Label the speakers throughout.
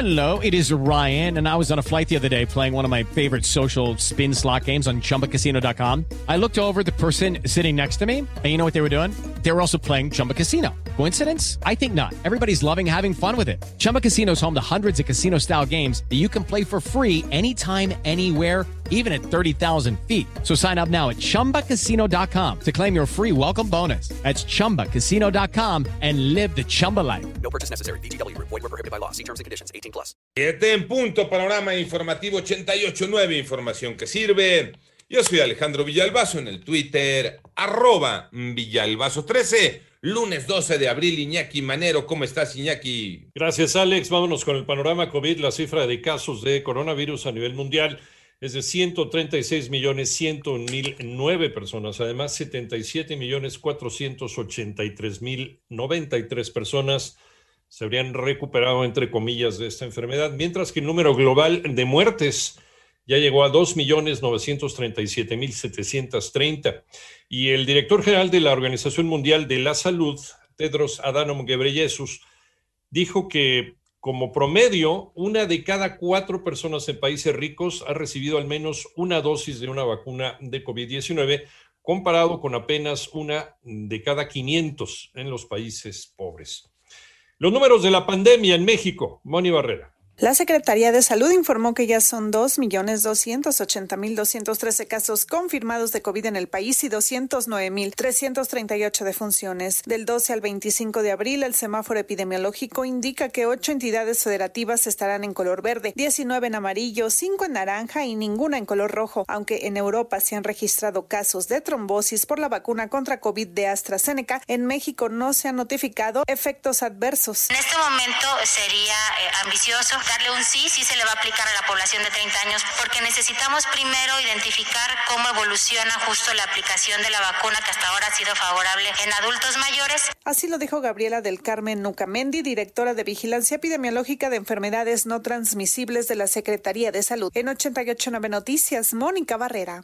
Speaker 1: Hello, it is Ryan, and I was on a flight the other day playing one of my favorite social spin slot games on ChumbaCasino.com. I looked over at the person sitting next to me, and you know what they were doing? They were also playing Chumba Casino. Coincidence? I think not. Everybody's loving having fun with it. Chumba Casino is home to hundreds of casino-style games that you can play for free anytime, anywhere, even at 30,000 feet. So sign up now at ChumbaCasino.com to claim your free welcome bonus. That's ChumbaCasino.com and live the Chumba life.
Speaker 2: No purchase necessary. VGW. Void were prohibited by law. See terms and conditions. 18+.
Speaker 3: 7 en punto, panorama informativo 88.9, información que sirve. Yo soy Alejandro Villalbazo en el Twitter, @Villalbazo13. Lunes 12 de abril, Iñaki Manero. ¿Cómo estás, Iñaki?
Speaker 4: Gracias, Alex. Vámonos con el panorama COVID. La cifra de casos de coronavirus a nivel mundial es de 136.101.009 personas. Además, 77.483.093 personas se habrían recuperado, entre comillas, de esta enfermedad, mientras que el número global de muertes ya llegó a 2.937.730. Y el director general de la Organización Mundial de la Salud, Tedros Adhanom Ghebreyesus, dijo que como promedio, 1 de cada 4 personas en países ricos ha recibido al menos una dosis de una vacuna de COVID-19, comparado con apenas 1 de cada 500 en los países pobres. Los números de la pandemia en México, Moni Barrera.
Speaker 5: La Secretaría de Salud informó que ya son 2.280.213 casos confirmados de COVID en el país y 209.338 defunciones. Del 12 al 25 de abril, el semáforo epidemiológico indica que 8 entidades federativas estarán en color verde, 19 en amarillo, 5 en naranja y ninguna en color rojo, aunque en Europa se han registrado casos de trombosis por la vacuna contra COVID de AstraZeneca. En México no se han notificado efectos adversos.
Speaker 6: En este momento sería ambicioso darle un sí se le va a aplicar a la población de 30 años, porque necesitamos primero identificar cómo evoluciona justo la aplicación de la vacuna, que hasta ahora ha sido favorable en adultos mayores.
Speaker 5: Así lo dijo Gabriela del Carmen Nucamendi, directora de Vigilancia Epidemiológica de Enfermedades No Transmisibles de la Secretaría de Salud. En 88.9 Noticias, Mónica Barrera.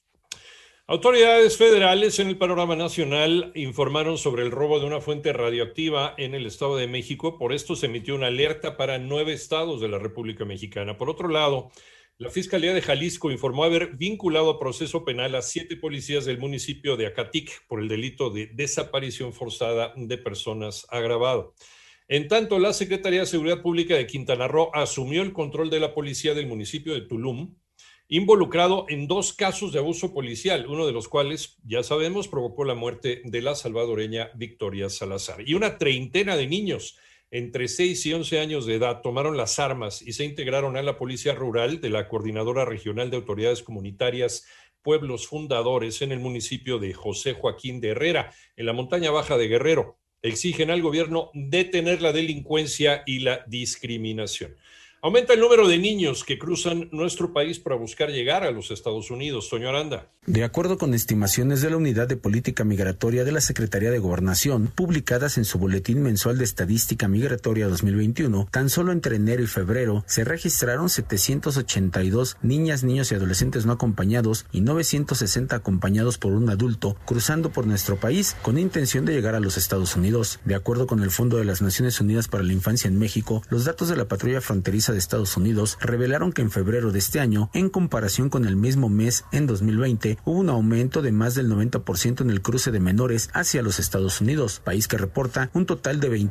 Speaker 4: Autoridades federales en el panorama nacional informaron sobre el robo de una fuente radioactiva en el Estado de México. Por esto se emitió una alerta para 9 estados de la República Mexicana. Por otro lado, la Fiscalía de Jalisco informó haber vinculado a proceso penal a 7 policías del municipio de Acatic por el delito de desaparición forzada de personas agravado. En tanto, la Secretaría de Seguridad Pública de Quintana Roo asumió el control de la policía del municipio de Tulum, involucrado en 2 casos de abuso policial, uno de los cuales, ya sabemos, provocó la muerte de la salvadoreña Victoria Salazar. Y una treintena de niños entre 6 y 11 años de edad tomaron las armas y se integraron a la Policía Rural de la Coordinadora Regional de Autoridades Comunitarias Pueblos Fundadores en el municipio de José Joaquín de Herrera, en la montaña baja de Guerrero. Exigen al gobierno detener la delincuencia y la discriminación. Aumenta el número de niños que cruzan nuestro país para buscar llegar a los Estados Unidos. Toño Aranda.
Speaker 7: De acuerdo con estimaciones de la Unidad de Política Migratoria de la Secretaría de Gobernación, publicadas en su Boletín Mensual de Estadística Migratoria 2021, tan solo entre enero y febrero se registraron 782 niñas, niños y adolescentes no acompañados y 960 acompañados por un adulto cruzando por nuestro país con intención de llegar a los Estados Unidos. De acuerdo con el Fondo de las Naciones Unidas para la Infancia en México, los datos de la patrulla fronteriza de Estados Unidos revelaron que en febrero de este año, en comparación con el mismo mes en 2020, hubo un aumento de más del 90% en el cruce de menores hacia los Estados Unidos, país que reporta un total de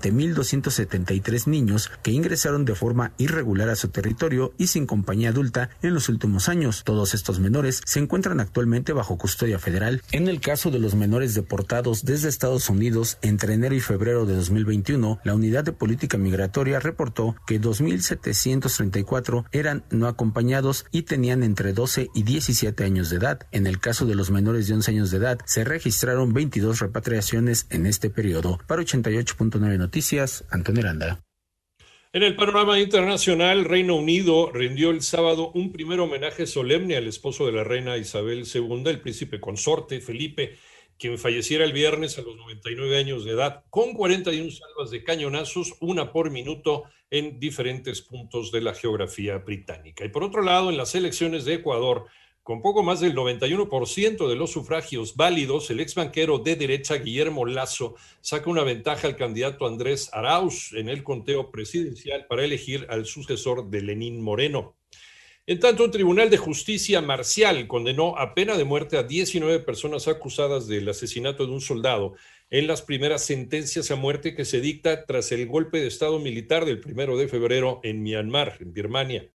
Speaker 7: 20.273 niños que ingresaron de forma irregular a su territorio y sin compañía adulta en los últimos años. Todos estos menores se encuentran actualmente bajo custodia federal. En el caso de los menores deportados desde Estados Unidos entre enero y febrero de 2021, la Unidad de Política Migratoria reportó que 2.734 eran no acompañados y tenían entre 12 y 17 años de edad. En el caso de los menores de 11 años de edad, se registraron 22 repatriaciones en este periodo. Para 88.9 Noticias, Antonio Aranda.
Speaker 4: En el panorama internacional, Reino Unido rindió el sábado un primer homenaje solemne al esposo de la reina Isabel II, el príncipe consorte Felipe, quien falleciera el viernes a los 99 años de edad, con 41 salvas de cañonazos, 1 por minuto, en diferentes puntos de la geografía británica. Y por otro lado, en las elecciones de Ecuador, Con poco más del 91% de los sufragios válidos, el exbanquero de derecha Guillermo Lasso saca una ventaja al candidato Andrés Arauz en el conteo presidencial para elegir al sucesor de Lenín Moreno. En tanto, un tribunal de justicia marcial condenó a pena de muerte a 19 personas acusadas del asesinato de un soldado en las primeras sentencias a muerte que se dicta tras el golpe de estado militar del 1 de febrero en Myanmar, en Birmania.